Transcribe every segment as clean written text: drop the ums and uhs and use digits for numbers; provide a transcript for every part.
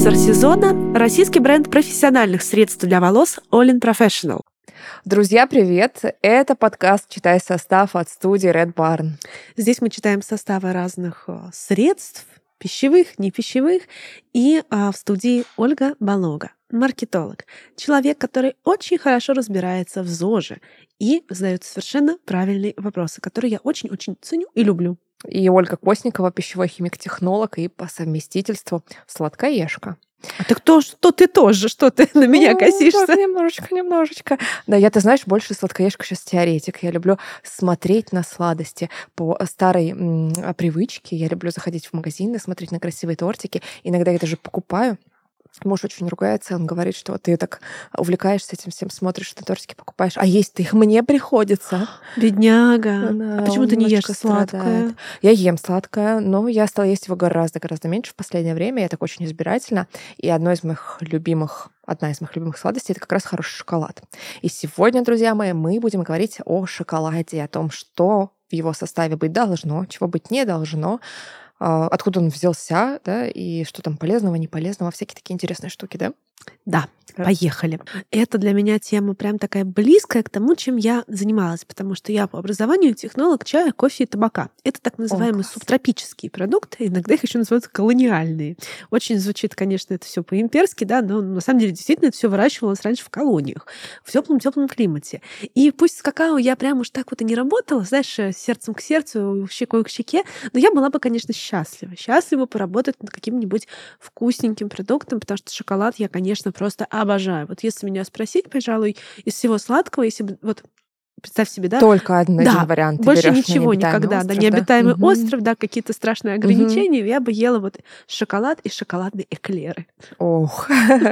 Спонсор сезона – российский бренд профессиональных средств для волос Olin Professional. Друзья, привет! Это подкаст «Читай состав» от студии Red Barn. Здесь мы читаем составы разных средств, пищевых, непищевых. И в студии Ольга Балога, маркетолог, человек, который очень хорошо разбирается в ЗОЖе и задает совершенно правильные вопросы, которые я очень-очень ценю и люблю. И Ольга Косникова, пищевой химик-технолог и по совместительству сладкоежка. А ты кто? Что ты тоже? Что ты на меня косишься? Немножечко. Да, я, ты знаешь, больше сладкоежка сейчас теоретик. Я люблю смотреть на сладости по старой привычке. Я люблю заходить в магазины, смотреть на красивые тортики. Иногда я даже покупаю. Муж очень ругается, он говорит, что ты так увлекаешься этим всем, смотришь, что тортики покупаешь, а есть-то их мне приходится. Бедняга. Да, а почему ты не ешь сладкое? Страдает. Я ем сладкое, но я стала есть его гораздо меньше в последнее время. Я так очень избирательно. И одна из моих любимых сладостей — это как раз хороший шоколад. И сегодня, друзья мои, мы будем говорить о шоколаде, о том, что в его составе быть должно, чего быть не должно, откуда он взялся, да, и что там полезного, не полезного, всякие такие интересные штуки, да? Да, поехали. Это для меня тема прям такая близкая к тому, чем я занималась, потому что я по образованию технолог чая, кофе и табака. Это так называемые субтропические продукты, иногда их еще называют колониальные. Очень звучит, конечно, это все по-имперски, да, но на самом деле действительно это все выращивалось раньше в колониях, в теплом климате. И пусть с какао я прям уж так вот и не работала, знаешь, сердцем к сердцу, щекой к щеке, но я была бы, конечно, счастлива поработать над каким-нибудь вкусненьким продуктом, потому что шоколад я, конечно, просто обожаю. Вот если меня спросить, пожалуй, из всего сладкого, если бы вот представь себе, да? Только один вариант. Больше ничего никогда. Остров, да, необитаемый остров, да, какие-то страшные ограничения. Я бы ела вот шоколад и шоколадные эклеры. Ох,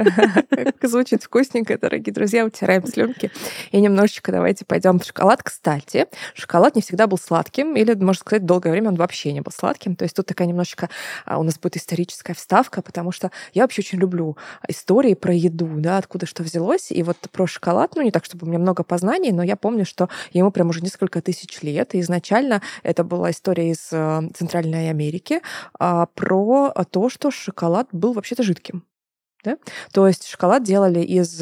как звучит вкусненько, дорогие друзья. Утираем слюнки. И немножечко давайте пойдем в шоколад. Кстати, шоколад не всегда был сладким, или, можно сказать, долгое время он вообще не был сладким. То есть тут такая немножечко у нас будет историческая вставка, потому что я вообще очень люблю истории про еду, да, откуда что взялось. И вот про шоколад, не так, чтобы у меня много познаний, но я помню, что ему прям уже несколько тысяч лет. И изначально это была история из Центральной Америки про то, что шоколад был вообще-то жидким. Да? То есть шоколад делали из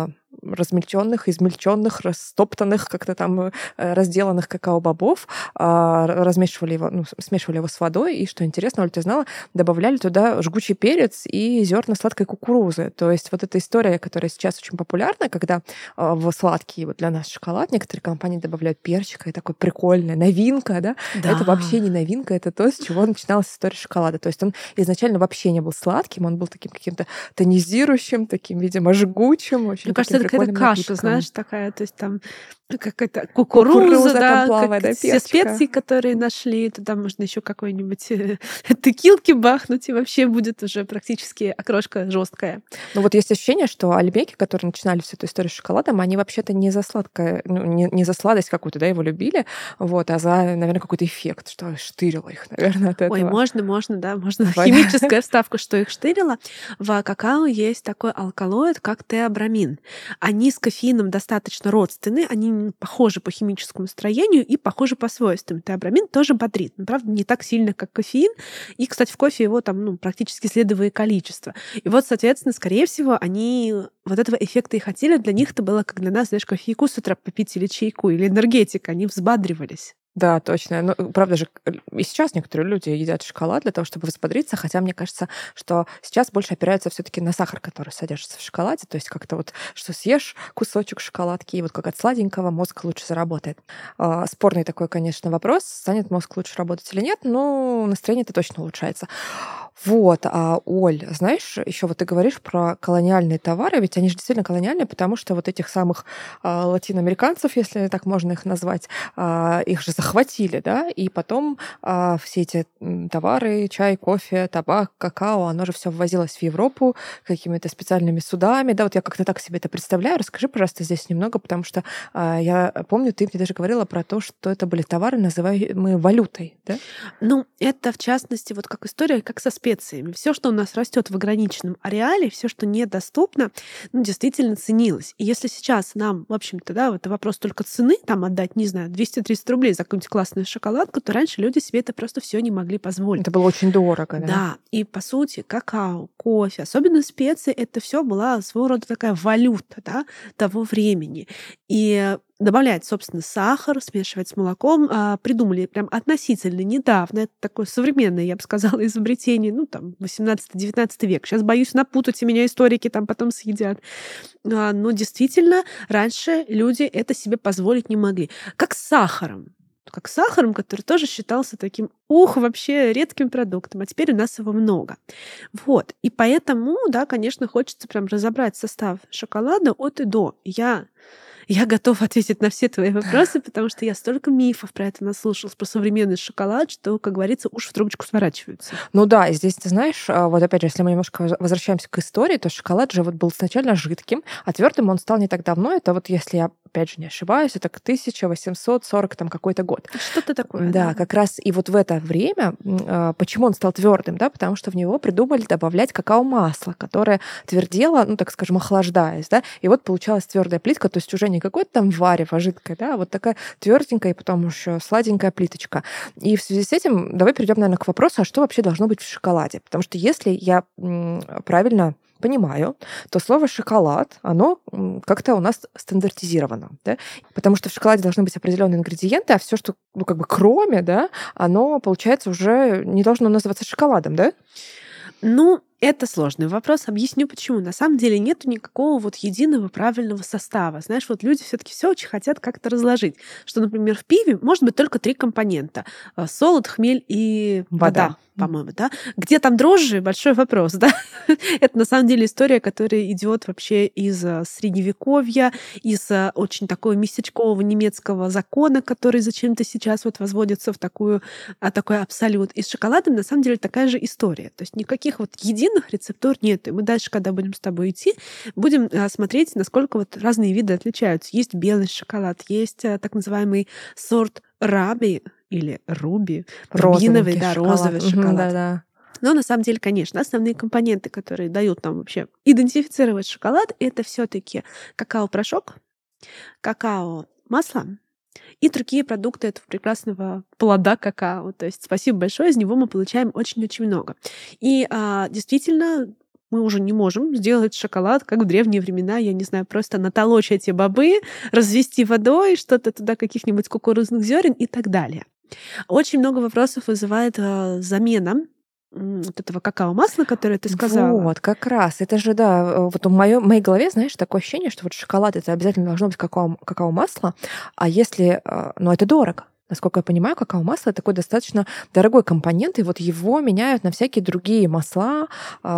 измельченных, растоптанных, как-то там разделанных какао-бобов, смешивали его с водой, и, что интересно, Оль, ты знала, добавляли туда жгучий перец и зерна сладкой кукурузы. То есть вот эта история, которая сейчас очень популярна, когда в сладкий вот для нас шоколад некоторые компании добавляют перчика, и такой прикольная новинка, да? Это вообще не новинка, это то, с чего начиналась история шоколада. То есть он изначально вообще не был сладким, он был таким каким-то тонизирующим, таким, видимо, жгучим, очень. Мне кажется, это какая-то каша, напитком. Знаешь, такая, то есть там какая-то кукуруза, да, там плавает, да, все специи, которые нашли, туда можно еще какой-нибудь текилки бахнуть, и вообще будет уже практически окрошка жесткая. Ну вот есть ощущение, что альбеки, которые начинали всю эту историю с шоколадом, они вообще-то не за сладкое, не за сладость какую-то, да, его любили, вот, а за, наверное, какой-то эффект, что штырило их, наверное, от этого. Ой, можно, да, можно химическая вставка, что их штырило. В какао есть такой алкалоид, как теобрамин. Они с кофеином достаточно родственны, они похожи по химическому строению и похожи по свойствам. Теобрамин тоже бодрит, но, правда, не так сильно, как кофеин. И, кстати, в кофе его там практически следовое количество. И вот, соответственно, скорее всего, они вот этого эффекта и хотели. Для них это было, как для нас, знаешь, кофейку с утра попить или чайку, или энергетика. Они взбадривались. Да, точно. Ну, правда же, и сейчас некоторые люди едят шоколад для того, чтобы взбодриться, хотя мне кажется, что сейчас больше опираются все-таки на сахар, который содержится в шоколаде, то есть как-то вот, что съешь кусочек шоколадки, и вот как от сладенького мозг лучше заработает. Спорный такой, конечно, вопрос, станет мозг лучше работать или нет, но настроение-то точно улучшается. Вот, Оль, знаешь, еще вот ты говоришь про колониальные товары, ведь они же действительно колониальные, потому что вот этих самых латиноамериканцев, если так можно их назвать, их же захватили, да, и потом все эти товары, чай, кофе, табак, какао, оно же все ввозилось в Европу какими-то специальными судами, да, вот я как-то так себе это представляю. Расскажи, пожалуйста, здесь немного, потому что я помню, ты мне даже говорила про то, что это были товары, называемые валютой, да? Ну, это, в частности, вот как история, как со специями. специями. Все, что у нас растет в ограниченном ареале, все, что недоступно, ну, действительно ценилось. И если сейчас нам, в общем-то, да, это вопрос только цены, там отдать, не знаю, 200-300 рублей за какую-нибудь классную шоколадку, то раньше люди себе это просто все не могли позволить. Это было очень дорого, да? Да, и по сути какао, кофе, особенно специи, это все была своего рода такая валюта, да, того времени. И добавлять, собственно, сахар, смешивать с молоком, придумали прям относительно недавно. Это такое современное, я бы сказала, изобретение, ну, там, 18-19 век. Сейчас, боюсь, напутать, и меня историки там потом съедят. Но действительно, раньше люди это себе позволить не могли. Как с сахаром. Как с сахаром, который тоже считался таким, вообще редким продуктом, а теперь у нас его много. Вот. И поэтому, да, конечно, хочется прям разобрать состав шоколада от и до. Я готова ответить на все твои вопросы, потому что я столько мифов про это наслушалась, про современный шоколад, что, как говорится, уж в трубочку сворачиваются. Ну да, и здесь, ты знаешь, вот опять же, если мы немножко возвращаемся к истории, то шоколад же вот был изначально жидким, а твердым он стал не так давно. Это вот, если я опять же не ошибаюсь, это 1840 там какой-то год. Что-то такое. Да, как раз и вот в это время, почему он стал твердым, да, потому что в него придумали добавлять какао-масло, которое твердело, ну, так скажем, охлаждаясь, да, и вот получалась твердая плитка, то есть уже не какое-то там варево жидкое, да, а вот такая тверденькая и потом еще сладенькая плиточка. И в связи с этим давай перейдем, наверное, к вопросу, а что вообще должно быть в шоколаде? Потому что если я правильно понимаю, то слово «шоколад», оно как-то у нас стандартизировано, да? Потому что в шоколаде должны быть определенные ингредиенты, а все, что, ну, как бы кроме, да, оно, получается, уже не должно называться шоколадом, да? Ну, это сложный вопрос. Объясню почему. На самом деле нету никакого вот единого правильного состава. Знаешь, вот люди все-таки все очень хотят как-то разложить. Что, например, в пиве может быть только 3 компонента: солод, хмель и вода, по-моему, да. Где там дрожжи — большой вопрос, да. Это на самом деле история, которая идет вообще из Средневековья, из очень такого местечкового немецкого закона, который зачем-то сейчас вот возводится в такой абсолют. И с шоколадом на самом деле такая же история. То есть никаких вот единых рецептур нет. И мы дальше, когда будем с тобой идти, будем смотреть, насколько вот разные виды отличаются. Есть белый шоколад, есть так называемый сорт раби или руби, рубиновый, да, розовый шоколад. Да. Но на самом деле, конечно, основные компоненты, которые дают нам вообще идентифицировать шоколад, это все-таки какао-порошок, какао-масло и другие продукты этого прекрасного плода какао. То есть спасибо большое, из него мы получаем очень-очень много. И действительно, мы уже не можем сделать шоколад, как в древние времена, я не знаю, просто натолочь эти бобы, развести водой, что-то туда, каких-нибудь кукурузных зерен и так далее. Очень много вопросов вызывает замена вот этого какао-масла, которое ты сказала. Вот, как раз. Это же, да, вот в моей голове, знаешь, такое ощущение, что вот шоколад — это обязательно должно быть какао-масло, а если... Ну, это дорого. Насколько я понимаю, какао-масло — это такой достаточно дорогой компонент, и вот его меняют на всякие другие масла,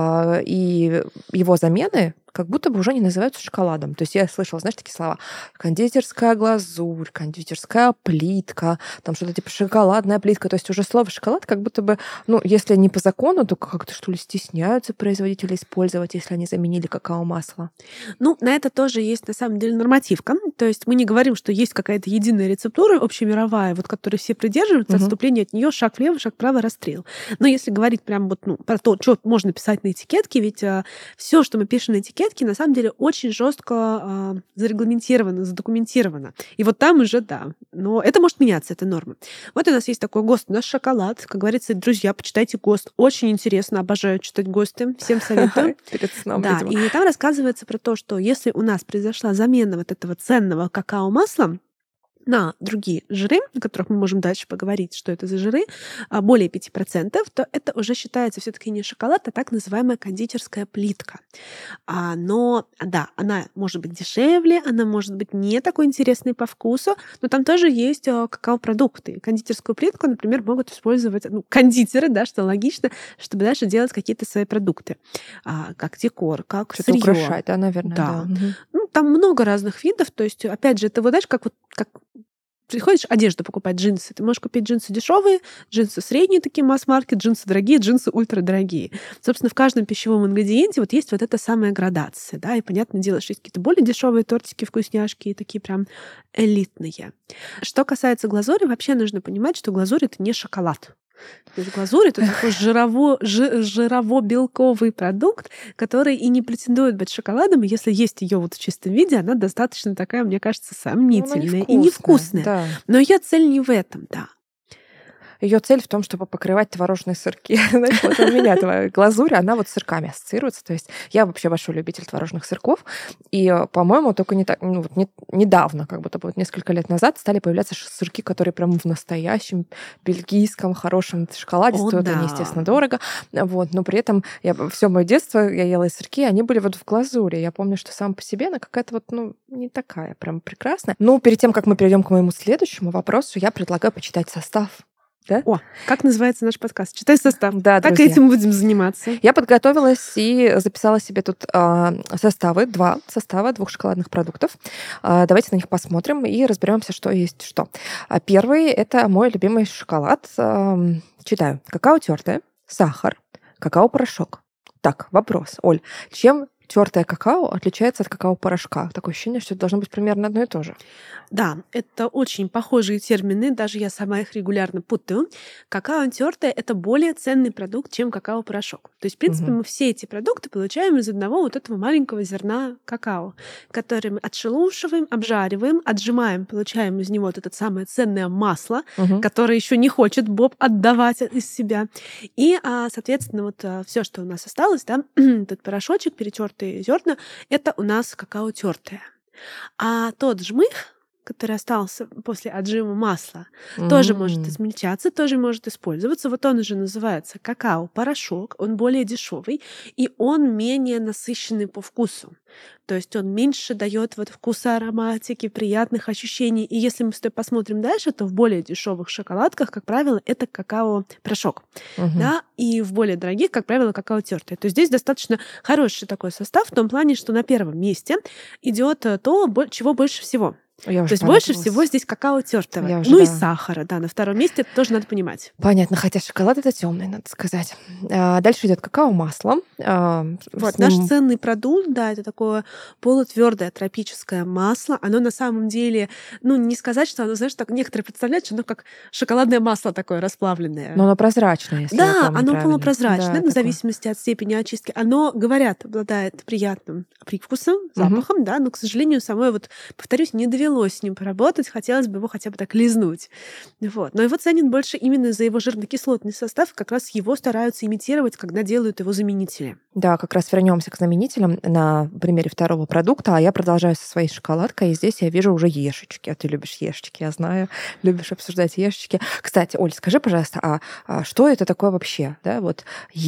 и его замены как будто бы уже не называются шоколадом. То есть я слышала, знаешь, такие слова: кондитерская глазурь, кондитерская плитка, там что-то типа шоколадная плитка. То есть уже слово «шоколад» как будто бы, ну, если не по закону, то как-то, что ли, стесняются производители использовать, если они заменили какао-масло. Ну, на это тоже есть, на самом деле, нормативка. То есть мы не говорим, что есть какая-то единая рецептура общемировая, вот которой все придерживаются, отступление от нее, шаг влево, шаг вправо, расстрел. Но если говорить прям вот, ну, про то, что можно писать на этикетке, ведь все, что мы пишем на этикетке, на самом деле очень жестко зарегламентировано, задокументировано. И вот там уже да. Но это может меняться, это норма. Вот у нас есть такой ГОСТ, у нас шоколад. Как говорится, друзья, почитайте ГОСТ. Очень интересно, обожаю читать ГОСТы. Всем советую. Перед сном, да, видимо. и там рассказывается про то, что если у нас произошла замена вот этого ценного какао-масла на другие жиры, о которых мы можем дальше поговорить, что это за жиры, более 5%, то это уже считается все-таки не шоколад, а так называемая кондитерская плитка. Но, да, она может быть дешевле, она может быть не такой интересной по вкусу, но там тоже есть какао-продукты. Кондитерскую плитку, например, могут использовать кондитеры, да, что логично, чтобы дальше делать какие-то свои продукты, как декор, как что-то сырьё. украшать, да, наверное, да. Ну, там много разных видов, то есть, опять же, это вот, знаешь, как приходишь одежду покупать, джинсы. Ты можешь купить джинсы дешевые, джинсы средние, такие масс-маркет, джинсы дорогие, джинсы ультрадорогие. Собственно, в каждом пищевом ингредиенте вот есть вот эта самая градация, да, и, понятное дело, что есть какие-то более дешевые тортики, вкусняшки и такие прям элитные. Что касается глазури, вообще нужно понимать, что глазурь — это не шоколад. То есть глазурь — это такой жирово-белковый продукт, который и не претендует быть шоколадом. И если есть ее вот в чистом виде, она достаточно такая, мне кажется, Ну, она сомнительная и невкусная, невкусная. да. Но ее цель не в этом, да. Ее цель в том, чтобы покрывать творожные сырки. Знаешь, вот у меня твоя глазурь, она вот с сырками ассоциируется. То есть я вообще большой любитель творожных сырков. И, по-моему, только не так, ну, вот недавно, как будто бы вот несколько лет назад, стали появляться сырки, которые прям в настоящем бельгийском хорошем шоколаде. О, Стоят они, да. естественно, дорого. Вот, но при этом все мое детство я ела и сырки, они были вот в глазури. Я помню, что сама по себе она какая-то вот, ну, не такая прям прекрасная. Ну, перед тем, как мы перейдем к моему следующему вопросу, я предлагаю почитать состав. Да? О, как называется наш подкаст? Читай состав. Да, Так друзья. этим будем заниматься. Я подготовилась и записала себе тут составы, 2 состава 2 шоколадных продуктов. Давайте на них посмотрим и разберемся, что есть что. Первый — это мой любимый шоколад. Читаю. Какао тертое, сахар, какао-порошок. Так, вопрос. Оль, чем тертое какао отличается от какао-порошка? Такое ощущение, что это должно быть примерно одно и то же. Да, это очень похожие термины, даже я сама их регулярно путаю. Какао тертое — это более ценный продукт, чем какао-порошок. То есть, в принципе, мы все эти продукты получаем из одного вот этого маленького зерна какао, который мы отшелушиваем, обжариваем, отжимаем, получаем из него вот это самое ценное масло, которое еще не хочет Боб отдавать из себя. И, соответственно, вот все, что у нас осталось, да, этот порошочек, перетертые зерна, это у нас какао тертое. А тот жмых, который остался после отжима масла, тоже может измельчаться, тоже может использоваться. Вот он уже называется какао-порошок, он более дешевый, и он менее насыщенный по вкусу. То есть он меньше дает вот вкуса ароматики, приятных ощущений. И если мы с тобой посмотрим дальше, то в более дешевых шоколадках, как правило, это какао-порошок. Да? И в более дорогих, как правило, какао тертое. То есть здесь достаточно хороший такой состав в том плане, что на первом месте идет то, чего больше всего. То есть больше всего здесь какао тертого. Ну и сахара, да. На втором месте это тоже надо понимать. Понятно, хотя шоколад это темный, надо сказать. Дальше идет какао-масло. Вот наш ценный продукт, да, это такое полутвердое тропическое масло. Оно на самом деле, ну не сказать, что оно, знаешь, так некоторые представляют, что оно как шоколадное масло такое расплавленное. Но оно прозрачное, если я помню оно правильно. полупрозрачное, да, в зависимости от степени очистки. Оно, говорят, обладает приятным привкусом, запахом, да, но, к сожалению, самой, вот, повторюсь, не довелось с ним поработать, хотелось бы его хотя бы так лизнуть. Вот. Но его ценят больше именно за его жирно-кислотный состав, как раз его стараются имитировать, когда делают его заменители. Да, как раз вернемся к заменителям на примере второго продукта, а я продолжаю со своей шоколадкой, и здесь я вижу уже ешечки. А ты любишь ешечки, я знаю, любишь обсуждать ешечки. Кстати, Оль, скажи, пожалуйста, а что это такое вообще? Да, вот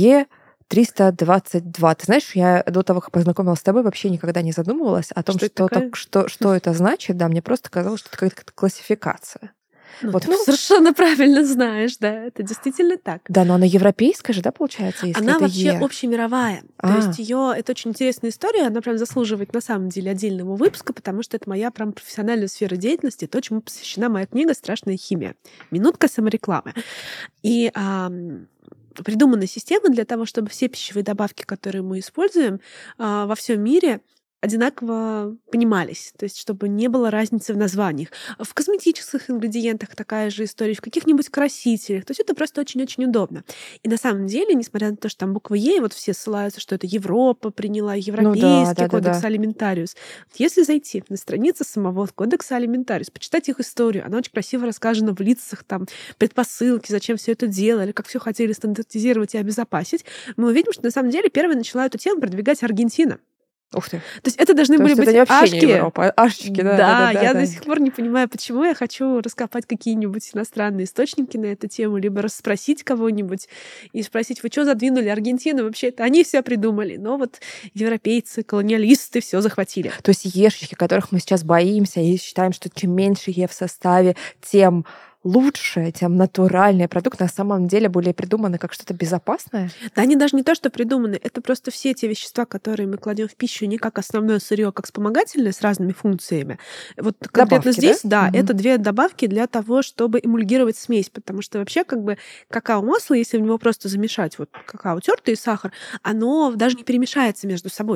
322. Ты знаешь, я до того, как познакомилась с тобой, вообще никогда не задумывалась о том, что это значит. Да, мне просто казалось, что это какая-то классификация. Ну, вот, ты совершенно правильно знаешь, да, это действительно так. Да, но она европейская же, да, получается, если она это вообще общемировая. То есть это очень интересная история, она прям заслуживает на самом деле отдельного выпуска, потому что это моя прям профессиональная сфера деятельности, то, чему посвящена моя книга «Страшная химия». Минутка саморекламы. И придумана система для того, чтобы все пищевые добавки, которые мы используем во всем мире, одинаково понимались, то есть чтобы не было разницы в названиях. В косметических ингредиентах такая же история, в каких-нибудь красителях. То есть это просто очень-очень удобно. И на самом деле, несмотря на то, что там буква Е, вот все ссылаются, что это Европа приняла, Европейский кодекс Алиментариус. Если зайти на страницу самого кодекса Алиментариус, почитать их историю, она очень красиво рассказана в лицах, там, предпосылки, зачем все это делали, как все хотели стандартизировать и обезопасить, мы увидим, что на самом деле первой начала эту тему продвигать Аргентина. Ух ты. То есть это должны были быть ашки. Ашечки, да. Я до сих пор не понимаю, почему я хочу раскопать какие-нибудь иностранные источники на эту тему, либо расспросить кого-нибудь и спросить, вы что задвинули Аргентину? Вообще это они все придумали. Но вот европейцы, колониалисты все захватили. То есть ешечки, которых мы сейчас боимся и считаем, что чем меньше Е в составе, тем лучше, тем натуральный продукт на самом деле были придуманы как что-то безопасное? Да, они даже не то, что придуманы, это просто все те вещества, которые мы кладем в пищу не как основное сырье, а как вспомогательное с разными функциями. Вот конкретно здесь, да, это 2 добавки для того, чтобы эмульгировать смесь, потому что вообще как бы какао-масло, если в него просто замешать вот какао тертый и сахар, оно даже не перемешается между собой.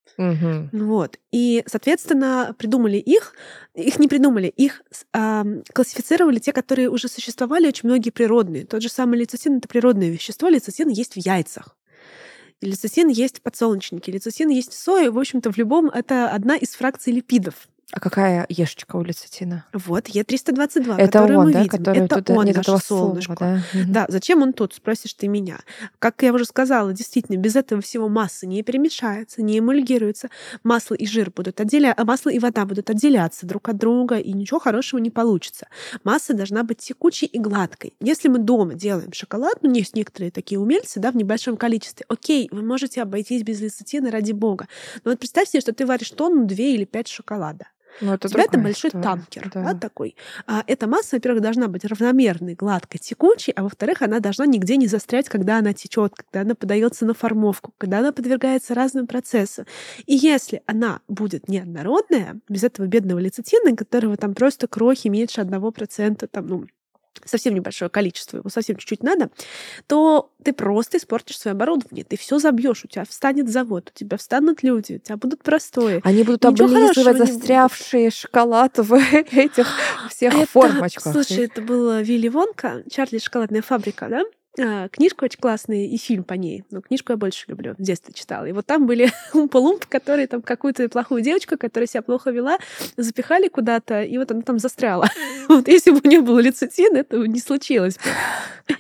Вот. И, соответственно, придумали их не придумали, их классифицировали те, которые уже существовали, очень многие природные. Тот же самый лецитин — это природное вещество, лецитин есть в яйцах. Лецитин есть в подсолнечнике, лецитин есть в сое. В общем-то, в любом это одна из фракций липидов. А какая ешечка у лецитина? Вот, Е322, это который он, мы да, видим. Который это тут он, из наше этого солнышко. Слова, да? Да, зачем он тут, спросишь ты меня. Как я уже сказала, действительно, без этого всего масса не перемешается, не эмульгируется. Масло и жир будут масло и вода будут отделяться друг от друга, и ничего хорошего не получится. Масса должна быть текучей и гладкой. Если мы дома делаем шоколад, есть некоторые такие умельцы, да, в небольшом количестве, окей, вы можете обойтись без лецитина, ради бога. Но вот представь себе, что ты варишь тонну, 2 или 5 шоколада. У тебя это большой танкер, да, такой. Эта масса, во-первых, должна быть равномерной, гладкой, текучей, а во-вторых, она должна нигде не застрять, когда она течет, когда она подается на формовку, когда она подвергается разным процессам. И если она будет неоднородная, без этого бедного лецитина, которого там просто крохи меньше 1%, там, совсем небольшое количество, его совсем чуть-чуть надо, то ты просто испортишь свое оборудование, ты все забьешь, у тебя встанет завод, у тебя встанут люди, у тебя будут простои. Они будут облизывать застрявший шоколад в этих всех формочках. Слушай, это был Вилли Вонка, Чарли шоколадная фабрика, да? Книжка очень классная и фильм по ней. Но книжку я больше люблю. В детстве читала. И вот там были умпа-лумпы, которые там какую-то плохую девочку, которая себя плохо вела, запихали куда-то, и вот она там застряла. Вот если бы у нее был лецитин, этого не случилось бы.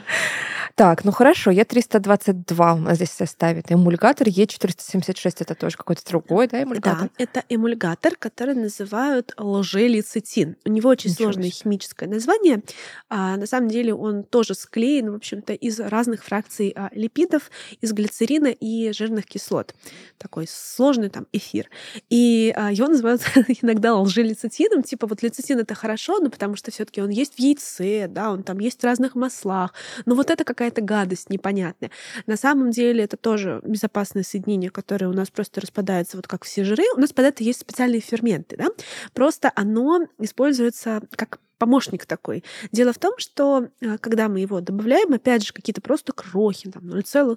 Так, ну хорошо, Е322 у нас здесь составит. Эмульгатор Е476 это тоже какой-то другой, да, эмульгатор? Да, это эмульгатор, который называют лжелецитин. У него очень сложное химическое название. На самом деле он тоже склеен, в общем-то, из разных фракций липидов, из глицерина и жирных кислот. Такой сложный там эфир. И его называют иногда лжелецитином. Типа вот лецитин — это хорошо, но потому что все-таки он есть в яйце, да, он там есть в разных маслах. Но вот это какая-то гадость непонятная. На самом деле это тоже безопасное соединение, которое у нас просто распадается, вот как все жиры. У нас под это есть специальные ферменты, да? Просто оно используется как помощник такой. Дело в том, что когда мы его добавляем, опять же, какие-то просто крохи, там 0,5%,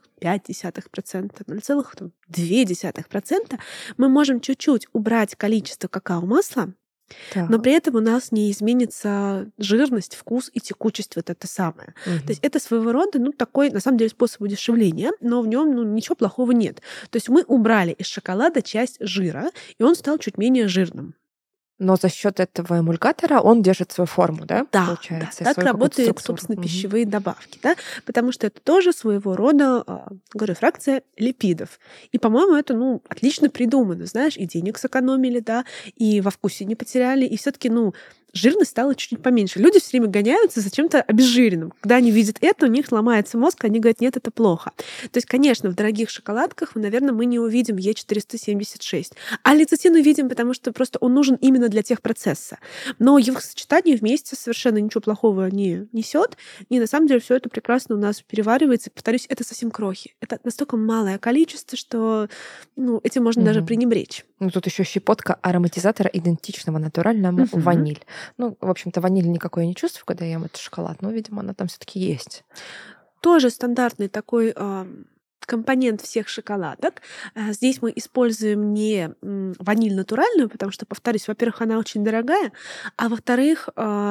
0,2%, мы можем чуть-чуть убрать количество какао-масла, но при этом у нас не изменится жирность, вкус и текучесть, вот это самое. То есть это своего рода, такой, на самом деле, способ удешевления, но в нем ничего плохого нет. То есть мы убрали из шоколада часть жира, и он стал чуть менее жирным. Но за счет этого эмульгатора он держит свою форму, да? Да, получается, так работают, собственно, пищевые добавки, да? Потому что это тоже своего рода, говорю, фракция липидов. И, по-моему, это, отлично придумано, знаешь, и денег сэкономили, да, и во вкусе не потеряли, и все-таки, жирность стала чуть-чуть поменьше. Люди все время гоняются за чем-то обезжиренным. Когда они видят это, у них ломается мозг, они говорят, нет, это плохо. То есть, конечно, в дорогих шоколадках, наверное, мы не увидим Е476. А лецитин увидим, потому что просто он нужен именно для техпроцесса. Но его сочетание вместе совершенно ничего плохого не несет. И на самом деле все это прекрасно у нас переваривается. Повторюсь, это совсем крохи. Это настолько малое количество, что этим можно даже пренебречь. Тут еще щепотка ароматизатора идентичного натуральному ваниль. В общем-то, ваниль никакой я не чувствую, когда я ем этот шоколад, но, видимо, она там все-таки есть. Тоже стандартный такой компонент всех шоколадок. Здесь мы используем не ваниль натуральную, потому что, повторюсь, во-первых, она очень дорогая, а во-вторых,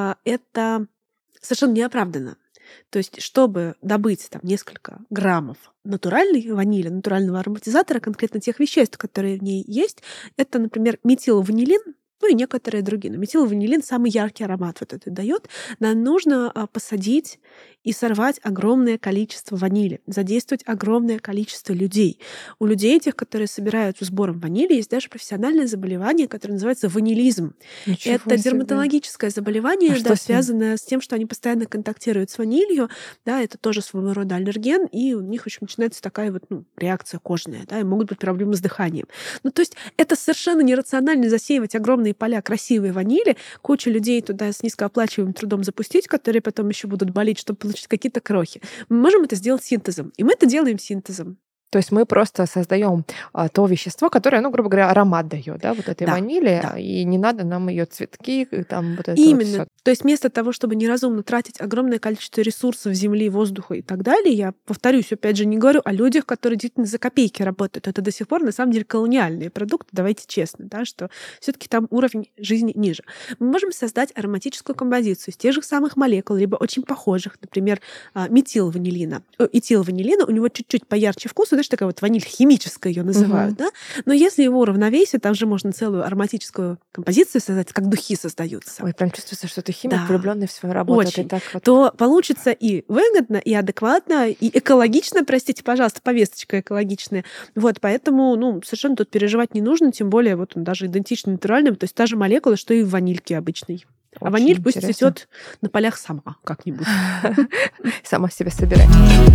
это совершенно неоправданно. То есть, чтобы добыть там несколько граммов натуральной ванили, натурального ароматизатора, конкретно тех веществ, которые в ней есть, это, например, метилванилин, и некоторые другие. Но метилванилин самый яркий аромат вот это дает. Нам нужно посадить и сорвать огромное количество ванили, задействовать огромное количество людей. У людей, тех, которые собираются сбором ванили, есть даже профессиональное заболевание, которое называется ванилизм. Это дерматологическое заболевание, связанное с тем, что они постоянно контактируют с ванилью. Да, это тоже своего рода аллерген, и у них, в общем, начинается такая вот реакция кожная, да, и могут быть проблемы с дыханием. То есть это совершенно нерационально засеивать огромные поля красивой ванили, кучу людей туда с низкооплачиваемым трудом запустить, которые потом еще будут болеть, чтобы получить какие-то крохи. Мы можем это сделать синтезом. И мы это делаем синтезом. То есть мы просто создаем то вещество, которое, грубо говоря, аромат дает, да, вот этой ванили, и не надо нам ее цветки, там вот это именно. вот То есть вместо того, чтобы неразумно тратить огромное количество ресурсов земли, воздуха и так далее, я повторюсь, опять же, не говорю о людях, которые действительно за копейки работают. Это до сих пор, на самом деле, колониальные продукты, давайте честно, да, что все-таки там уровень жизни ниже. Мы можем создать ароматическую композицию из тех же самых молекул, либо очень похожих, например, этилванилина, у него чуть-чуть поярче вкус, знаешь, такая вот ваниль химическая ее называют, да? Но если его уравновесить, там же можно целую ароматическую композицию создать, как духи создаются. Ой, прям чувствуется, что ты химик, влюбленный в свою работу. Очень. Так вот... То получится и выгодно, и адекватно, и экологично, простите, пожалуйста, повесточка экологичная. Вот, поэтому, совершенно тут переживать не нужно, тем более вот он даже идентично натуральным, то есть та же молекула, что и в ванильке обычной. А ваниль пусть цветет на полях сама как-нибудь. Сама себя собирай.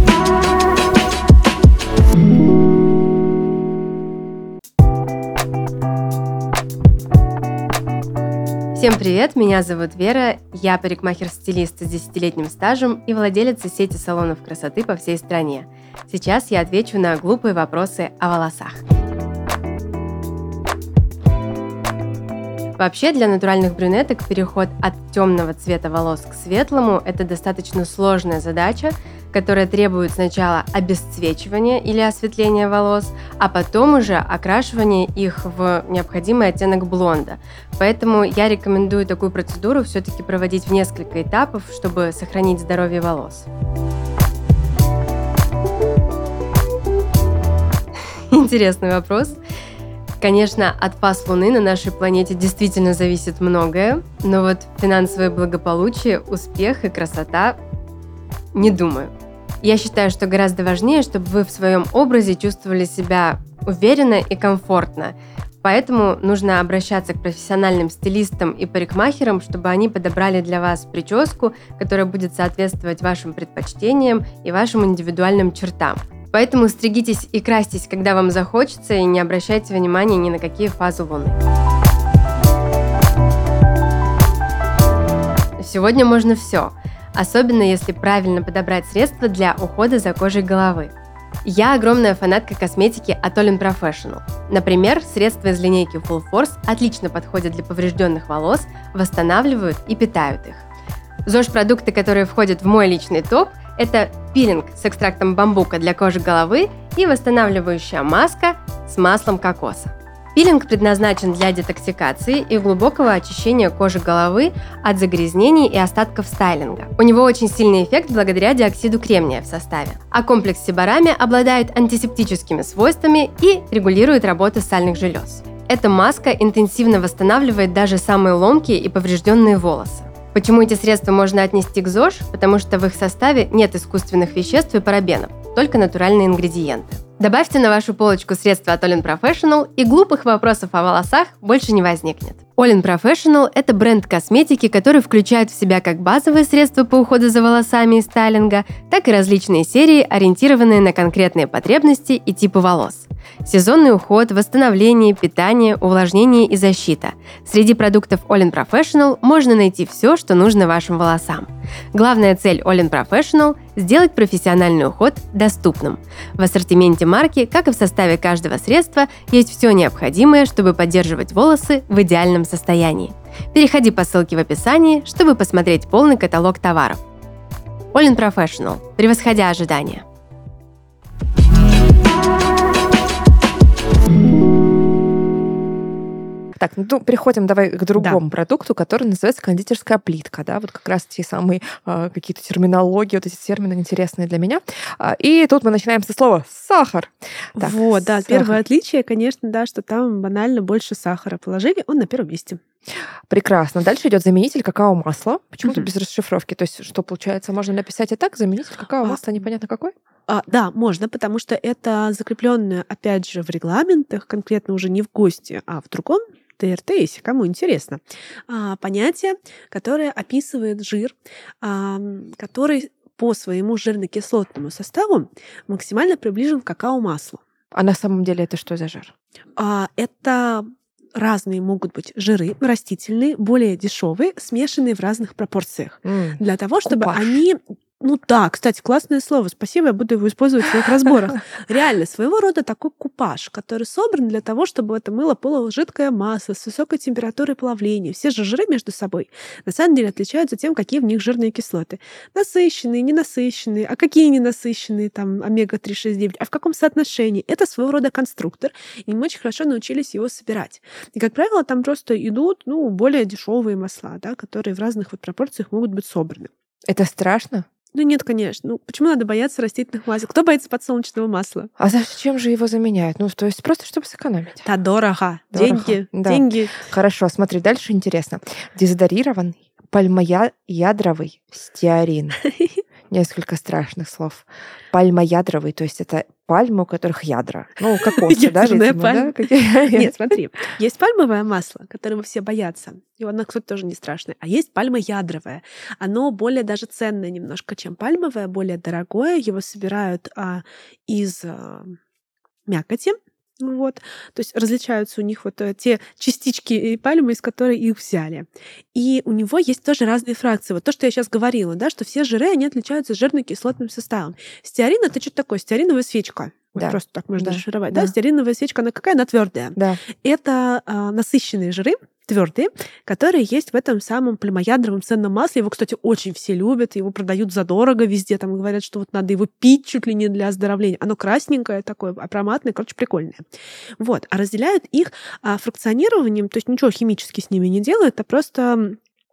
Всем привет, меня зовут Вера, я парикмахер-стилист с 10-летним стажем и владелица сети салонов красоты по всей стране. Сейчас я отвечу на глупые вопросы о волосах. Вообще, для натуральных брюнеток переход от темного цвета волос к светлому – это достаточно сложная задача, которая требует сначала обесцвечивания или осветления волос, а потом уже окрашивания их в необходимый оттенок блонда. Поэтому я рекомендую такую процедуру все-таки проводить в несколько этапов, чтобы сохранить здоровье волос. Интересный вопрос. Конечно, от фаз Луны на нашей планете действительно зависит многое, но вот финансовое благополучие, успех и красота – не думаю. Я считаю, что гораздо важнее, чтобы вы в своем образе чувствовали себя уверенно и комфортно. Поэтому нужно обращаться к профессиональным стилистам и парикмахерам, чтобы они подобрали для вас прическу, которая будет соответствовать вашим предпочтениям и вашим индивидуальным чертам. Поэтому стригитесь и красьтесь, когда вам захочется, и не обращайте внимания ни на какие фазы Луны. Сегодня можно все, особенно если правильно подобрать средства для ухода за кожей головы. Я огромная фанатка косметики от Olin Professional. Например, средства из линейки Full Force отлично подходят для поврежденных волос, восстанавливают и питают их. ЗОЖ-продукты, которые входят в мой личный топ, это пилинг с экстрактом бамбука для кожи головы и восстанавливающая маска с маслом кокоса. Пилинг предназначен для детоксикации и глубокого очищения кожи головы от загрязнений и остатков стайлинга. У него очень сильный эффект благодаря диоксиду кремния в составе. А комплекс Сибарами обладает антисептическими свойствами и регулирует работу сальных желез. Эта маска интенсивно восстанавливает даже самые ломкие и поврежденные волосы. Почему эти средства можно отнести к ЗОЖ? Потому что в их составе нет искусственных веществ и парабенов, только натуральные ингредиенты. Добавьте на вашу полочку средства от Olin Professional, и глупых вопросов о волосах больше не возникнет. Olin Professional – это бренд косметики, который включает в себя как базовые средства по уходу за волосами и стайлинга, так и различные серии, ориентированные на конкретные потребности и типы волос. Сезонный уход, восстановление, питание, увлажнение и защита. Среди продуктов Olin Professional можно найти все, что нужно вашим волосам. Главная цель Olin Professional – сделать профессиональный уход доступным. В ассортименте марки, как и в составе каждого средства, есть все необходимое, чтобы поддерживать волосы в идеальном состоянии. Переходи по ссылке в описании, чтобы посмотреть полный каталог товаров. Olin Professional. Превосходя ожидания. Так, переходим давай к другому продукту, который называется кондитерская плитка, да, вот как раз те самые какие-то терминологии, вот эти термины интересные для меня. И тут мы начинаем со слова «сахар». Так, вот, да, сахар. Первое отличие, конечно, да, что там банально больше сахара положили, он на первом месте. Прекрасно. Дальше идет заменитель какао-масла. Почему-то без расшифровки. То есть, что получается, можно написать и так, заменитель какао-масла непонятно какой? Да, можно, потому что это закрепленное, опять же, в регламентах, конкретно уже не в ГОСТе, а в другом ТРТ, если кому интересно, понятие, которое описывает жир, который по своему жирно-кислотному составу максимально приближен к какао-маслу. А на самом деле это что за жир? Это разные могут быть жиры растительные, более дешевые, смешанные в разных пропорциях. Для того, чтобы они Ну да, кстати, классное слово. Спасибо, я буду его использовать в своих разборах. Реально, своего рода такой купаж, который собран для того, чтобы это мыло полужидкое масло с высокой температурой плавления. Все же жиры между собой на самом деле отличаются тем, какие в них жирные кислоты. Насыщенные, ненасыщенные, а какие ненасыщенные, там, омега-3,6,9, а в каком соотношении. Это своего рода конструктор, и мы очень хорошо научились его собирать. И, как правило, там просто идут, более дешевые масла, да, которые в разных вот пропорциях могут быть собраны. Это страшно? Ну нет, конечно. Почему надо бояться растительных масел? Кто боится подсолнечного масла? А зачем же его заменяют? То есть просто чтобы сэкономить. Да, дорого. Деньги. Да. Деньги. Хорошо, смотри, дальше интересно. Дезодорированный пальмоядровый стеарин. Несколько страшных слов. Пальмоядровый, то есть это пальмы, у которых ядра. Кокосы, да, видимо, да? Нет, смотри, есть пальмовое масло, которого все боятся. И оно, кстати, тоже не страшное. А есть пальмоядровое. Оно более даже ценное немножко, чем пальмовое, более дорогое. Его собирают из мякоти. Вот. То есть различаются у них вот те частички пальмы, из которой их взяли. И у него есть тоже разные фракции. Вот то, что я сейчас говорила, да, что все жиры, они отличаются жирно-кислотным составом. Стеарин — это что такое? Стеариновая свечка. Вот Да. просто так можно расшифровать. Да. Да? Стеариновая свечка, она какая? Она твердая. Да. Это насыщенные жиры, твердые, которые есть в этом самом пальмоядровом ценном масле. Его, кстати, очень все любят, его продают задорого везде. Там говорят, что вот надо его пить чуть ли не для оздоровления. Оно красненькое такое, ароматное, прикольное. Вот. А разделяют их фракционированием, то есть ничего химически с ними не делают, а просто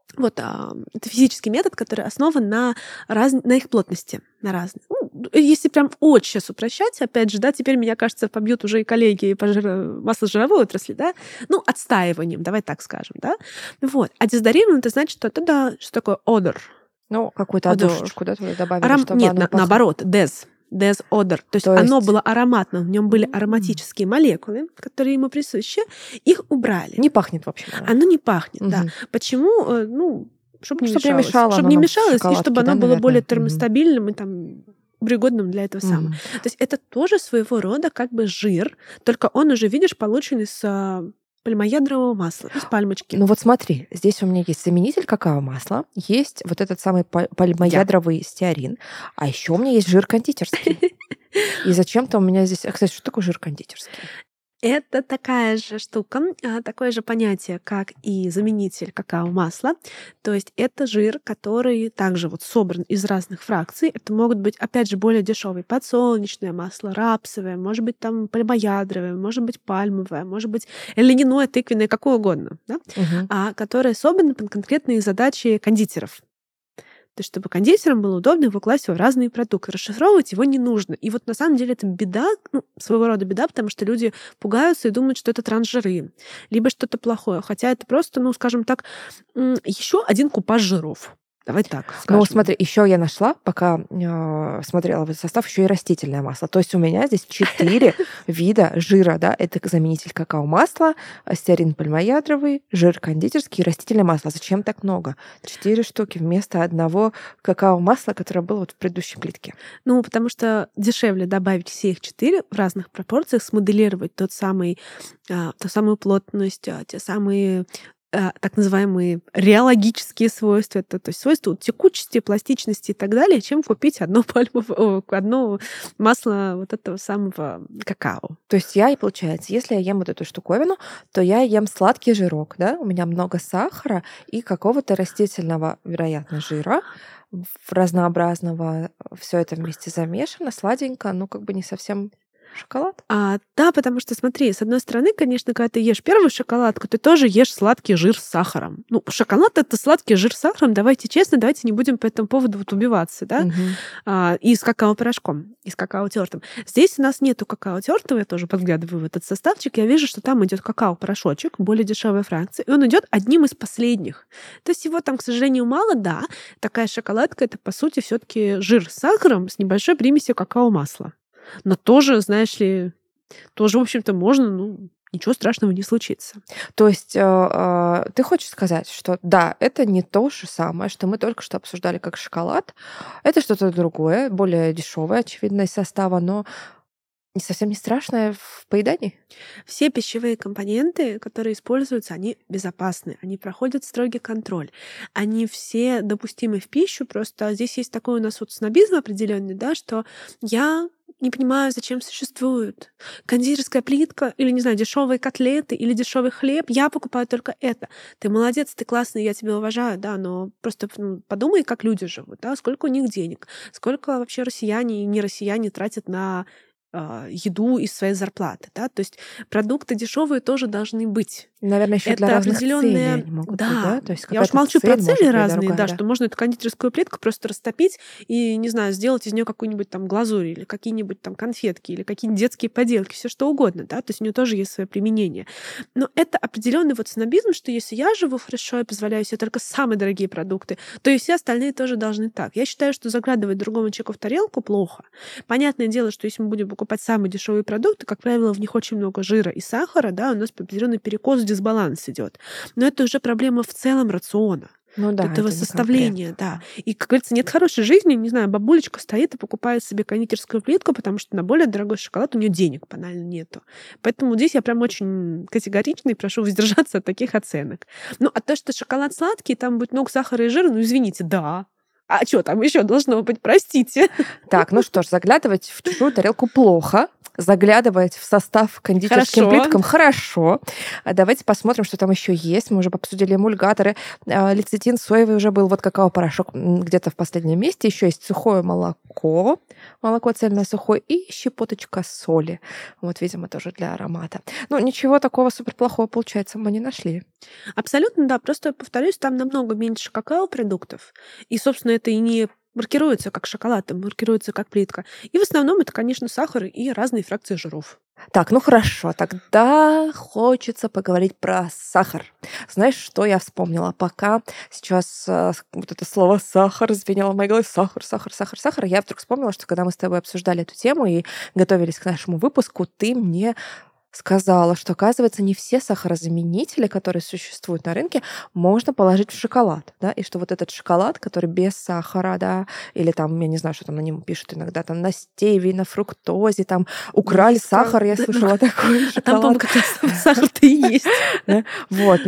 это физический метод, который основан на их плотности, на разные. Если прям очень сейчас упрощать, опять же, да, теперь меня, кажется, побьют уже и коллеги по масло-жировой отрасли, да, отстаиванием, давай так скажем, да. Вот. А дезодорирование — это значит, что такое odor? Какую-то одушечку, да, туда добавили, чтобы Нет, оно наоборот, odor. То есть оно было ароматным, в нем были ароматические молекулы, которые ему присущи, их убрали. Не пахнет вообще. Оно не пахнет, да. Почему? Чтобы не мешалось. Чтобы не мешалось, и чтобы оно было более термостабильным и там пригодным для этого самого. То есть это тоже своего рода как бы жир, только он уже, видишь, получен из пальмоядрового масла, из пальмочки. Смотри, здесь у меня есть заменитель какао-масла, есть вот этот самый пальмоядровый стеарин, а еще у меня есть жир кондитерский. И зачем-то у меня здесь... Кстати, что такое жир кондитерский? Это такая же штука, такое же понятие, как и заменитель какао-масла. То есть это жир, который также собран из разных фракций. Это могут быть, опять же, более дешевые подсолнечное масло, рапсовое, может быть, там пальмоядровое, может быть, пальмовое, может быть, льняное, тыквенное, какое угодно, да? Которое собрано под конкретные задачи кондитеров. То есть, чтобы кондитерам было удобно его класть в разные продукты. Расшифровывать его не нужно. И на самом деле это беда, своего рода беда, потому что люди пугаются и думают, что это трансжиры, либо что-то плохое. Хотя это просто, скажем так, еще один купаж жиров. Давай так скажем. Смотри, еще я нашла, пока смотрела в состав, еще и растительное масло. То есть у меня здесь 4 вида жира, да, это заменитель какао-масла, стеарин пальмоядровый, жир кондитерский и растительное масло. Зачем так много? 4 штуки вместо одного какао-масла, которое было в предыдущей плитке. Потому что дешевле добавить все их 4 в разных пропорциях, смоделировать ту самую плотность, те самые так называемые реологические свойства, то есть свойства текучести, пластичности и так далее, чем купить одно масло этого самого какао. То есть получается, если я ем вот эту штуковину, то я ем сладкий жирок, да, у меня много сахара и какого-то растительного, вероятно, жира, разнообразного, все это вместе замешано, сладенько, не совсем шоколад? Да, потому что, смотри, с одной стороны, конечно, когда ты ешь первую шоколадку, ты тоже ешь сладкий жир с сахаром. Шоколад — это сладкий жир с сахаром, давайте честно, давайте не будем по этому поводу убиваться, да? И с какао-порошком, и с какао-тёртым. Здесь у нас нету какао-тёртого, я тоже подглядываю в этот составчик, я вижу, что там идет какао-порошочек, более дешевая фракция, и он идет одним из последних. То есть его там, к сожалению, мало, да. Такая шоколадка — это, по сути, все таки жир с сахаром с небольшой примесью какао-масла. Но тоже, знаешь ли, в общем-то, можно, ничего страшного не случится. То есть ты хочешь сказать, что да, это не то же самое, что мы только что обсуждали как шоколад. Это что-то другое, более дешевое, очевидно, из состава, но совсем не страшное в поедании? Все пищевые компоненты, которые используются, они безопасны, они проходят строгий контроль, они все допустимы в пищу, просто здесь есть такой у нас вот снобизм определенный, да, что я не понимаю, зачем существует кондитерская плитка или, не знаю, дешевые котлеты или дешевый хлеб. Я покупаю только это. Ты молодец, ты классный, я тебя уважаю, да, но просто подумай, как люди живут, да, сколько у них денег, сколько вообще россияне и не россияне тратят на еду из своей зарплаты, да, то есть продукты дешевые тоже должны быть. Наверное, еще для Это разных целей определенная, они могут быть, да. да? То есть Я уж какая-то молчу цель про может цели быть разные, другая, да, да. что можно эту кондитерскую плитку просто растопить и, не знаю, сделать из нее какую-нибудь там глазурь или какие-нибудь там конфетки или какие-нибудь детские поделки, все что угодно, да, то есть у нее тоже есть свое применение. Но это определенный вот снобизм, что если я живу хорошо и позволяю себе только самые дорогие продукты, то и все остальные тоже должны так. Я считаю, что заглядывать другому человеку в тарелку плохо. Понятное дело, что если мы будем покупать самые дешевые продукты, как правило, в них очень много жира и сахара, да, у нас определенный перекос, дисбаланс идет. Но это уже проблема в целом рациона. Ну да, Этого это не составления, конкретно. да. И, как говорится, нет хорошей жизни, не знаю, бабулечка стоит и покупает себе кондитерскую плитку, потому что на более дорогой шоколад у нее денег банально нету. Поэтому здесь я прям очень категорична и прошу воздержаться от таких оценок. Ну, а то, что шоколад сладкий, там будет много сахара и жира, ну, извините, да. А что там еще должно быть, простите? Так, ну что ж, заглядывать в чужую тарелку плохо. Заглядывать в состав кондитерским Хорошо. плиткам хорошо. Давайте посмотрим, что там еще есть. Мы уже обсудили эмульгаторы. Лецитин соевый уже был. Вот какао-порошок где-то в последнем месте. Еще есть сухое молоко. Молоко цельное сухое. И щепоточка соли. Вот, видимо, тоже для аромата. Ну, ничего такого суперплохого, получается, мы не нашли. Абсолютно, да. Просто, повторюсь, там намного меньше какао-продуктов. И, собственно, это и не маркируется как шоколад, а маркируется как плитка. И в основном это, конечно, сахар и разные фракции жиров. Так, ну хорошо, тогда хочется поговорить про сахар. Знаешь, что я вспомнила? Пока сейчас вот это слово «сахар» звенело в моей голове, сахар, я вдруг вспомнила, что когда мы с тобой обсуждали эту тему и готовились к нашему выпуску, ты мне сказала, что, оказывается, не все сахарозаменители, которые существуют на рынке, можно положить в шоколад, да, и что вот этот шоколад, который без сахара, да, или там, я не знаю, что там на нем пишут иногда, там на стевии, на фруктозе, там украли сахар, я слышала такой шоколад. Там, по-моему, как раз сахар-то и есть. Вот,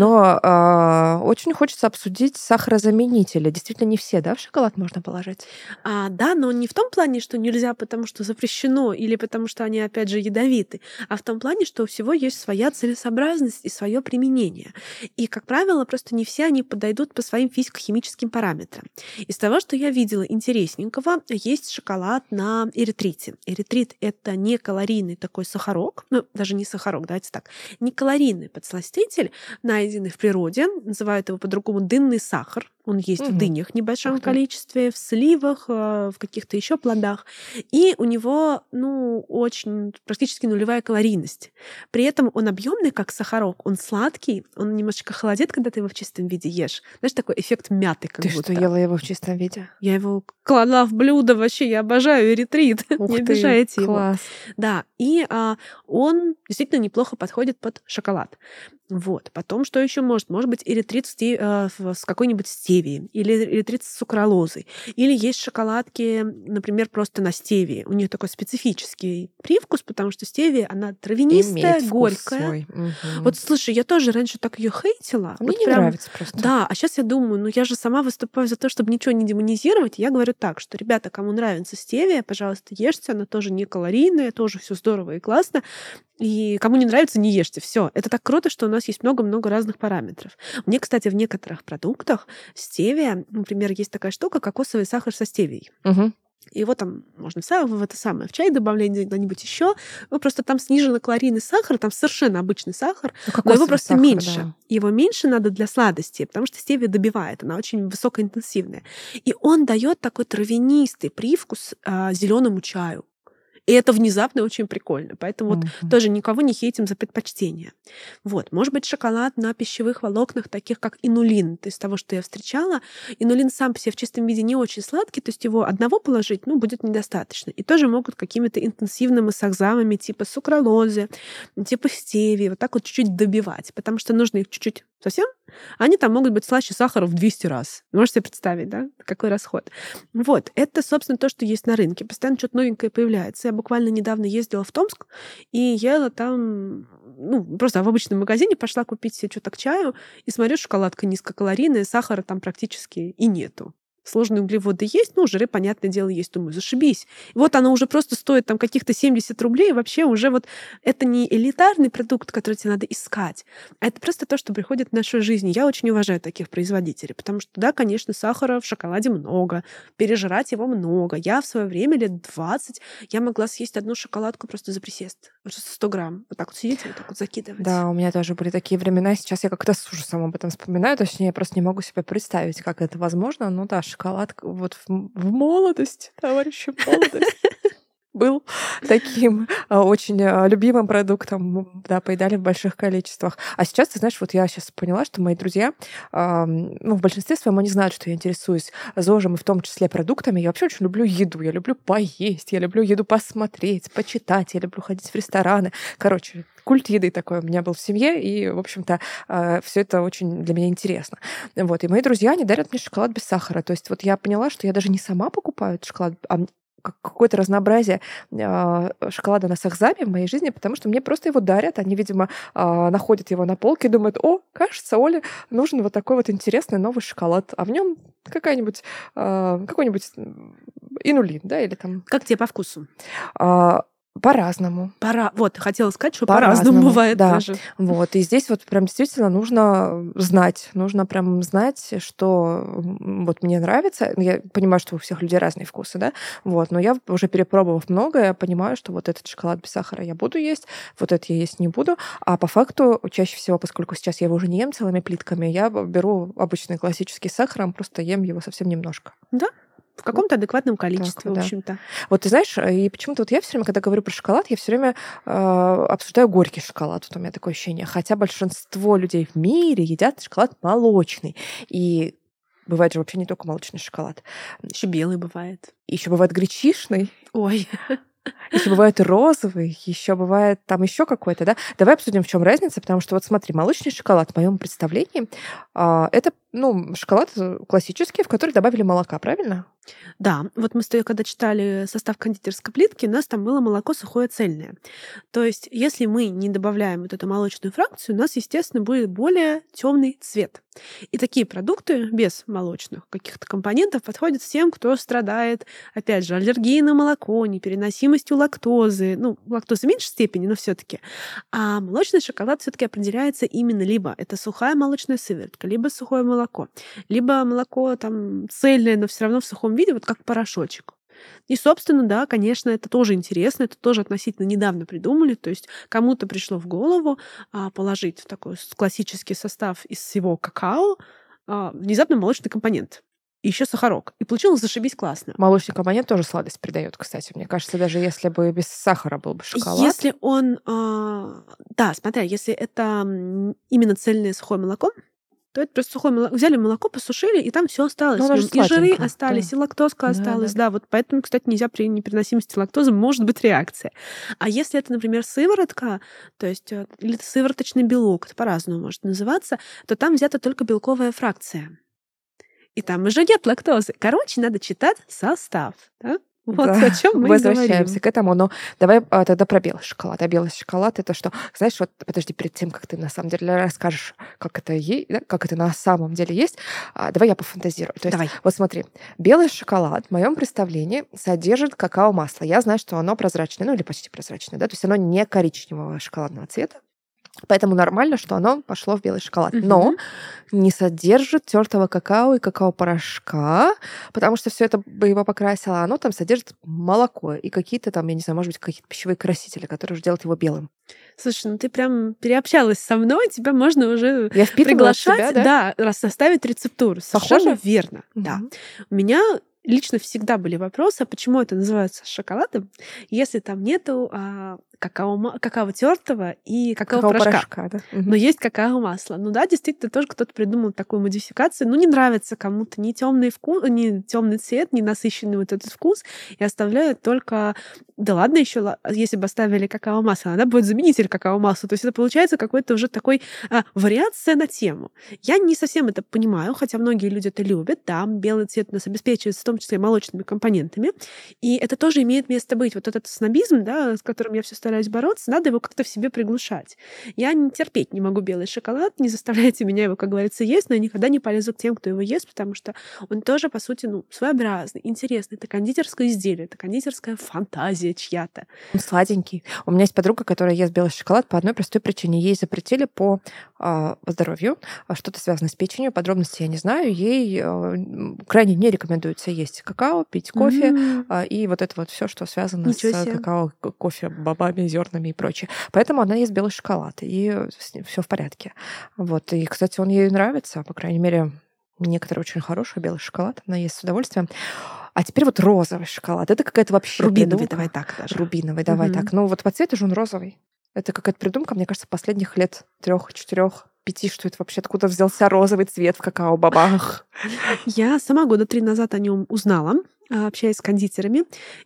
но очень хочется обсудить сахарозаменители. Действительно, не все, да, в шоколад можно положить? Да, но не в том плане, что нельзя, потому что запрещено, или потому что они, опять же, ядовиты, а в том плане, что у всего есть своя целесообразность и свое применение. И, как правило, просто не все они подойдут по своим физико-химическим параметрам. Из того, что я видела интересненького, есть шоколад на эритрите. Эритрит — это не калорийный такой сахарок, ну, даже не сахарок, давайте так, не калорийный подсластитель, найденный в природе, называют его по-другому дынный сахар. Он есть в дынях в небольшом количестве, в сливах, в каких-то еще плодах. И у него, очень практически нулевая калорийность. При этом он объемный, как сахарок, он сладкий, он немножечко холодит, когда ты его в чистом виде ешь. Знаешь, такой эффект мяты как будто. Ты что, ела его в чистом виде? Я его клала в блюдо вообще, я обожаю эритрит. Не обижайте его. Класс. Да, и он действительно неплохо подходит под шоколад. Вот. Потом, что еще может? Может быть, эритрит с какой-нибудь стевией, или эритрит с сукралозой. Или есть шоколадки, например, просто на стевии. У нее такой специфический привкус, потому что стевия, она травянистая, горькая. Вот слушай, я тоже раньше так ее хейтила. Мне не нравится просто. Да, а сейчас я думаю, я же сама выступаю за то, чтобы ничего не демонизировать. Я говорю так, что, ребята, кому нравится стевия, пожалуйста, ешьте, она тоже не калорийная, тоже все здорово и классно. И кому не нравится, не ешьте. Все. Это так круто, что у нас есть много-много разных параметров. Мне, кстати, в некоторых продуктах стевия, например, есть такая штука, кокосовый сахар со стевией. Его там можно в это самое, в чай добавлять где-нибудь еще. Просто там сниженный калорийный сахар, там совершенно обычный сахар, но его просто сахар, меньше. Да. Его меньше надо для сладости, потому что стевия добивает, она очень высокоинтенсивная. И он дает такой травянистый привкус зеленому чаю. И это внезапно очень прикольно. Поэтому вот тоже никого не хейтим за предпочтение. Вот. Может быть, шоколад на пищевых волокнах, таких как инулин. То есть того, что я встречала. Инулин сам по себе в чистом виде не очень сладкий, то есть его одного положить, будет недостаточно. И тоже могут какими-то интенсивными сахзамами типа сукралозы, типа стевии, вот так вот чуть-чуть добивать. Потому что нужно их чуть-чуть совсем, они там могут быть слаще сахара в 200 раз. Можете себе представить, да, какой расход. Вот, это, собственно, то, что есть на рынке. Постоянно что-то новенькое появляется. Я буквально недавно ездила в Томск и ела там, просто в обычном магазине пошла купить себе что-то к чаю, и смотрю, шоколадка низкокалорийная, сахара там практически и нету. Сложные углеводы есть, жиры, понятное дело, есть. Думаю, зашибись. И вот она уже просто стоит там каких-то 70 рублей. Вообще уже вот это не элитарный продукт, который тебе надо искать, а это просто то, что приходит в нашу жизнь. Я очень уважаю таких производителей, потому что, да, конечно, сахара в шоколаде много, пережрать его много. Я в свое время, лет 20, я могла съесть одну шоколадку просто за присест. 100 грамм. Вот так вот сидеть и вот так вот закидывать. Да, у меня тоже были такие времена. Сейчас я как-то с ужасом об этом вспоминаю. Точнее, я просто не могу себе представить, как это возможно. Ну да, шоколад вот в молодости, товарищи, в молодости был таким очень любимым продуктом, да, поедали в больших количествах. А сейчас, ты знаешь, вот я сейчас поняла, что мои друзья, в большинстве своем они знают, что я интересуюсь ЗОЖем, и в том числе продуктами. Я вообще очень люблю еду, я люблю поесть, я люблю еду посмотреть, почитать, я люблю ходить в рестораны. Короче, культ еды такой у меня был в семье, и, в общем-то, все это очень для меня интересно. Вот, и мои друзья, они дарят мне шоколад без сахара. То есть вот я поняла, что я даже не сама покупаю этот шоколад, а какое-то разнообразие шоколада на Сахзаме в моей жизни, потому что мне просто его дарят. Они, видимо, находят его на полке и думают, кажется, Оле нужен вот такой вот интересный новый шоколад, а в нем какой-нибудь инулин, да, или там... Как тебе по вкусу? По-разному. Вот, хотела сказать, что по-разному бывает да. даже. Вот, и здесь вот прям действительно нужно знать, что вот мне нравится. Я понимаю, что у всех людей разные вкусы, да, вот, но я уже перепробовав многое, понимаю, что вот этот шоколад без сахара я буду есть, вот это я есть не буду, а по факту чаще всего, поскольку сейчас я его уже не ем целыми плитками, я беру обычный классический сахар, просто ем его совсем немножко. Да? В каком-то адекватном количестве, так, в общем-то. Да. Вот ты знаешь, и почему-то вот я все время, когда говорю про шоколад, я все время обсуждаю горький шоколад. Вот у меня такое ощущение. Хотя большинство людей в мире едят шоколад молочный. И бывает же вообще не только молочный шоколад. Еще белый бывает. Еще бывает гречишный. Ой. Еще бывает розовый, еще бывает там еще какой-то, да? Давай обсудим, в чем разница, потому что вот смотри, молочный шоколад в моем представлении это шоколад классический, в который добавили молока, правильно? Да, вот мы с тобой, когда читали состав кондитерской плитки, у нас там было молоко сухое цельное. То есть, если мы не добавляем вот эту молочную фракцию, у нас, естественно, будет более темный цвет. И такие продукты без молочных каких-то компонентов подходят всем, кто страдает, опять же, аллергией на молоко, непереносимостью лактозы. Лактозы в меньшей степени, но все-таки. А молочный шоколад все-таки определяется именно либо это сухая молочная сыворотка, либо сухое молоко, либо молоко там цельное, но все равно в сухом виде, вот как порошочек. И, собственно, да, конечно, это тоже интересно, это тоже относительно недавно придумали, то есть кому-то пришло в голову положить в такой классический состав из всего какао внезапно молочный компонент. И еще сахарок. И получилось зашибись классно. Молочный компонент тоже сладость придает, кстати. Мне кажется, даже если бы без сахара был бы шоколад. Если он... да, смотря, если это именно цельное сухое молоко, то это просто сухое молоко. Взяли молоко, посушили, и там все осталось. И жиры остались, и лактозка осталась. Да, вот поэтому, кстати, нельзя при непереносимости лактозы, может быть реакция. А если это, например, сыворотка, то есть или это сывороточный белок, это по-разному может называться, то там взята только белковая фракция. И там уже нет лактозы. Короче, надо читать состав. Да? Вот да, о чем мы возвращаемся говорим. К этому. Но давай тогда про белый шоколад. А белый шоколад — это что? Знаешь, вот подожди, перед тем, как ты на самом деле расскажешь, как это на самом деле есть, давай я пофантазирую. То есть, давай. Вот смотри, белый шоколад в моем представлении содержит какао-масло. Я знаю, что оно прозрачное, или почти прозрачное, да, то есть оно не коричневого шоколадного цвета. Поэтому нормально, что оно пошло в белый шоколад. Но не содержит тертого какао и какао-порошка, потому что все это бы его покрасило. Оно там содержит молоко и какие-то там, я не знаю, может быть, какие-то пищевые красители, которые уже делают его белым. Слушай, ты прям переобщалась со мной, тебя можно уже я приглашать, тебя, да? Да, составить рецептуру. Совершенно верно, да. У меня лично всегда были вопросы, а почему это называется шоколадом, если там нету какао тертого и какао-порошка. Да? Но есть какао-масло. Ну да, действительно, тоже кто-то придумал такую модификацию. Ну, не нравится кому-то ни темный вкус, ни темный цвет, ни насыщенный вот этот вкус, и оставляют только... Да ладно, еще если бы оставили какао-масло, она будет заменитель какао-масла. То есть это получается какой-то уже такой вариация на тему. Я не совсем это понимаю, хотя многие люди это любят. Да, белый цвет у нас обеспечивается в том числе молочными компонентами. И это тоже имеет место быть. Вот этот снобизм, да, с которым я все стараюсь бороться, надо его как-то в себе приглушать. Я терпеть не могу белый шоколад, не заставляйте меня его, как говорится, есть, но я никогда не полезу к тем, кто его ест, потому что он тоже, по сути, своеобразный, интересный. Это кондитерское изделие, это кондитерская фантазия чья-то. Он сладенький. У меня есть подруга, которая ест белый шоколад по одной простой причине. Ей запретили по здоровью, что-то связано с печенью, подробности я не знаю. Ей крайне не рекомендуется есть какао, пить кофе и вот это вот все, что связано с какао, кофе, бобами, зернами и прочее. Поэтому она ест белый шоколад, и все в порядке. Вот. И, кстати, он ей нравится, по крайней мере, некоторые очень хороший белый шоколад, она ест с удовольствием. А теперь вот розовый шоколад. Это какая-то вообще рубиновый, придумка. давай так даже. Рубиновый, давай так. Ну вот по цвету же он розовый. Это какая-то придумка, мне кажется, последних лет 3, 4, 5, что это вообще откуда взялся розовый цвет в какао-бобах. Я сама 3 года назад о нем узнала, общаясь с кондитерами.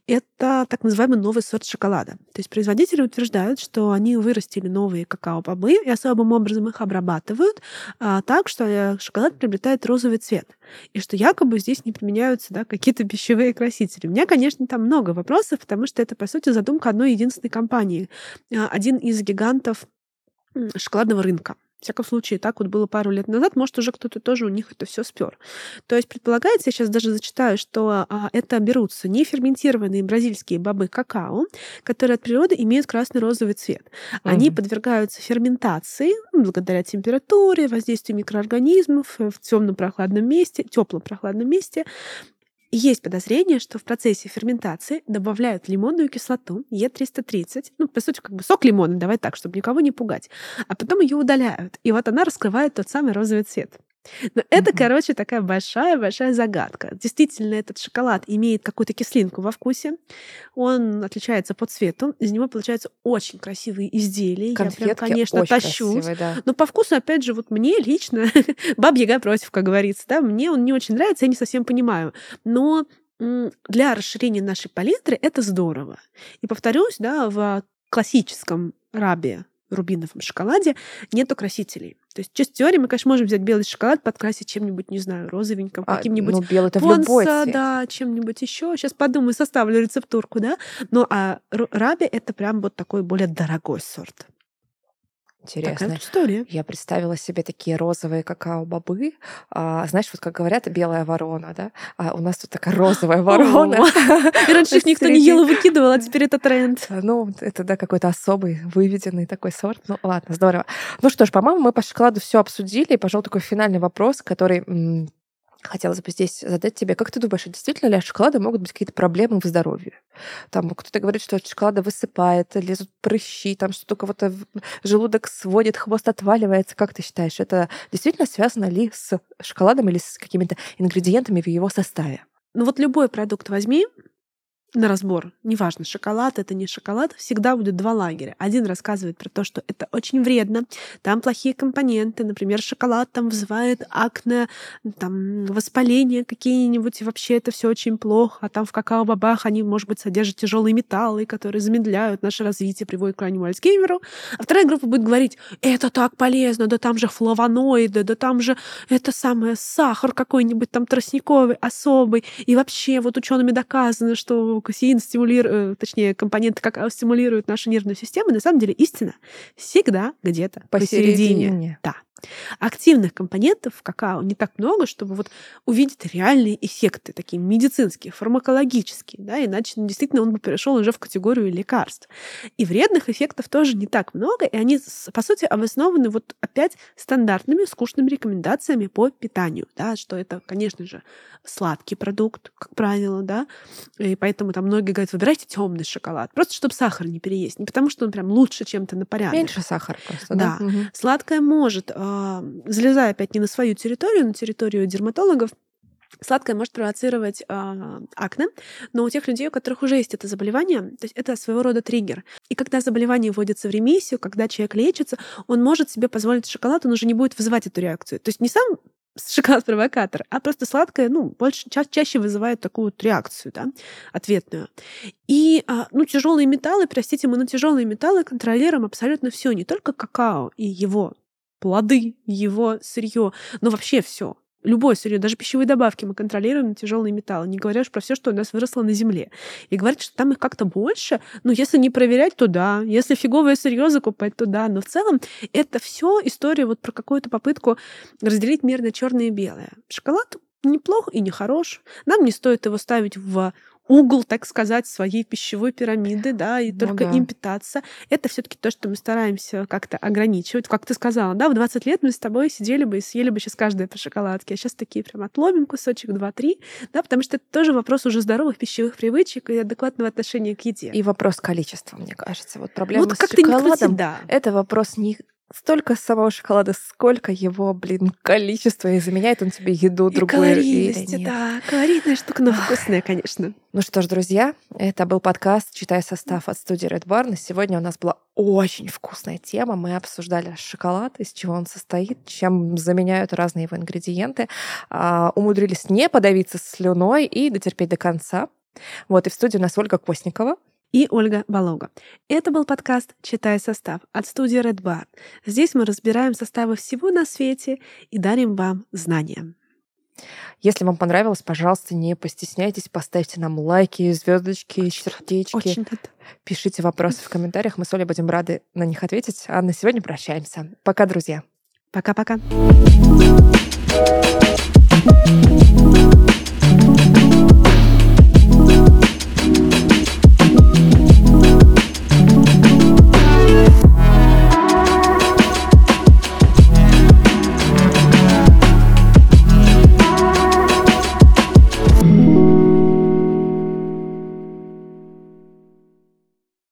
Это так называемый новый сорт шоколада. То есть производители утверждают, что они вырастили новые какао-бобы и особым образом их обрабатывают так, что шоколад приобретает розовый цвет. И что якобы здесь не применяются какие-то пищевые красители. У меня, конечно, там много вопросов, потому что это, по сути, задумка одной единственной компании. Один из гигантов шоколадного рынка. В всяком случае, так вот было пару лет назад. Может, уже кто-то тоже у них это все спер. То есть предполагается, я сейчас даже зачитаю, что это берутся неферментированные бразильские бобы какао, которые от природы имеют красный-розовый цвет. Они подвергаются ферментации благодаря температуре, воздействию микроорганизмов в теплом прохладном месте. И есть подозрение, что в процессе ферментации добавляют лимонную кислоту Е330, по сути, как бы сок лимона, давай так, чтобы никого не пугать, а потом ее удаляют. И вот она раскрывает тот самый розовый цвет. Но это, короче, такая большая-большая загадка. Действительно, этот шоколад имеет какую-то кислинку во вкусе. Он отличается по цвету. Из него получаются очень красивые изделия. Конфетки я прям, конечно, тащу. Красивые, да. Но по вкусу, опять же, вот мне лично бабья против, как говорится. Да? Мне он не очень нравится, я не совсем понимаю. Но для расширения нашей палитры это здорово. И повторюсь, да, в классическом рубиновом шоколаде нету красителей. То есть, чисто в теории мы, конечно, можем взять белый шоколад, подкрасить чем-нибудь, не знаю, розовеньким, каким-нибудь белый-то в любой цвет. Да, чем-нибудь еще. Сейчас подумаю, составлю рецептурку, да. Но раби это прям вот такой более дорогой сорт. Интересно. Такая история. Я представила себе такие розовые какао-бобы. Знаешь, вот как говорят, белая ворона, да? А у нас тут такая розовая ворона. И раньше их никто не ел и выкидывал, а теперь это тренд. Ну, это, да, какой-то особый, выведенный такой сорт. Ну, ладно, здорово. Ну что ж, по-моему, мы по шоколаду все обсудили. И, пожалуй, такой финальный вопрос, который хотелось бы здесь задать тебе. Как ты думаешь, действительно ли от шоколада могут быть какие-то проблемы в здоровье? Там кто-то говорит, что от шоколада высыпает, лезут прыщи, там что-то кого-то желудок сводит, хвост отваливается. Как ты считаешь, это действительно связано ли с шоколадом или с какими-то ингредиентами в его составе? Ну вот любой продукт возьми на разбор, неважно, шоколад это не шоколад, всегда будет 2 лагеря. Один рассказывает про то, что это очень вредно, там плохие компоненты, например, шоколад там вызывает акне, там воспаления какие-нибудь, и вообще это все очень плохо, а там в какао-бобах они, может быть, содержат тяжелые металлы, которые замедляют наше развитие, приводят к раннему Альцгеймеру. А вторая группа будет говорить, это так полезно, да там же флавоноиды, да там же это самое сахар какой-нибудь там тростниковый, особый, и вообще вот учеными доказано, что кофеин стимулирует, точнее, компоненты какао стимулируют нашу нервную систему. На самом деле истина всегда где-то посередине. Да. Активных компонентов в какао не так много, чтобы вот увидеть реальные эффекты, такие медицинские, фармакологические, да, иначе действительно он бы перешел уже в категорию лекарств. И вредных эффектов тоже не так много, и они, по сути, обоснованы вот опять стандартными скучными рекомендациями по питанию, да, что это, конечно же, сладкий продукт, как правило, да, и поэтому там многие говорят, выбирайте темный шоколад, просто чтобы сахар не переесть, не потому что он прям лучше чем-то на порядок. Меньше сахара просто, да? Да. Сладкое может, залезая опять не на свою территорию, на территорию дерматологов, Сладкое может провоцировать акне, но у тех людей, у которых уже есть это заболевание, то есть это своего рода триггер. И когда заболевание вводится в ремиссию, когда человек лечится, он может себе позволить шоколад, он уже не будет вызывать эту реакцию. То есть не сам шоколад-провокатор, а просто сладкое, чаще вызывает такую вот реакцию, да, ответную. И, тяжелые металлы, простите, мы на тяжелые металлы контролируем абсолютно все, не только какао и его плоды, его сырье, но вообще все. Любое сырье, даже пищевые добавки мы контролируем на тяжелые металлы. Не говоря уж про все, что у нас выросло на земле. И говорят, что там их как-то больше. Если не проверять, то да. Если фиговое сырье закупать, то да. Но в целом это все история вот про какую-то попытку разделить мир на черное и белое. Шоколад неплох и не хорош. Нам не стоит его ставить в угол, так сказать, своей пищевой пирамиды, да, и только им питаться. Это все-таки то, что мы стараемся как-то ограничивать. Как ты сказала, да, в 20 лет мы с тобой сидели бы и съели бы сейчас каждое по шоколадке, а сейчас такие прям отломим кусочек, 2-3, да, потому что это тоже вопрос уже здоровых пищевых привычек и адекватного отношения к еде. И вопрос количества, мне кажется. Вот проблема вот с шоколадом — это вопрос не столько самого шоколада, сколько его, количество, и заменяет он тебе еду и другую калорийности, или нет. да. Калорийная штука, но вкусная, конечно. Ну что ж, друзья, это был подкаст «Читай состав» от студии Red Barn. И сегодня у нас была очень вкусная тема. Мы обсуждали шоколад, из чего он состоит, чем заменяют разные его ингредиенты. Умудрились не подавиться слюной и дотерпеть до конца. Вот, и в студии у нас Ольга Костникова. И Ольга Балога. Это был подкаст «Читай состав» от студии Red Barn. Здесь мы разбираем составы всего на свете и дарим вам знания. Если вам понравилось, пожалуйста, не постесняйтесь, поставьте нам лайки, звездочки, сердечки. Очень рада. Пишите вопросы в комментариях, мы с Олей будем рады на них ответить. А на сегодня прощаемся. Пока, друзья. Пока-пока.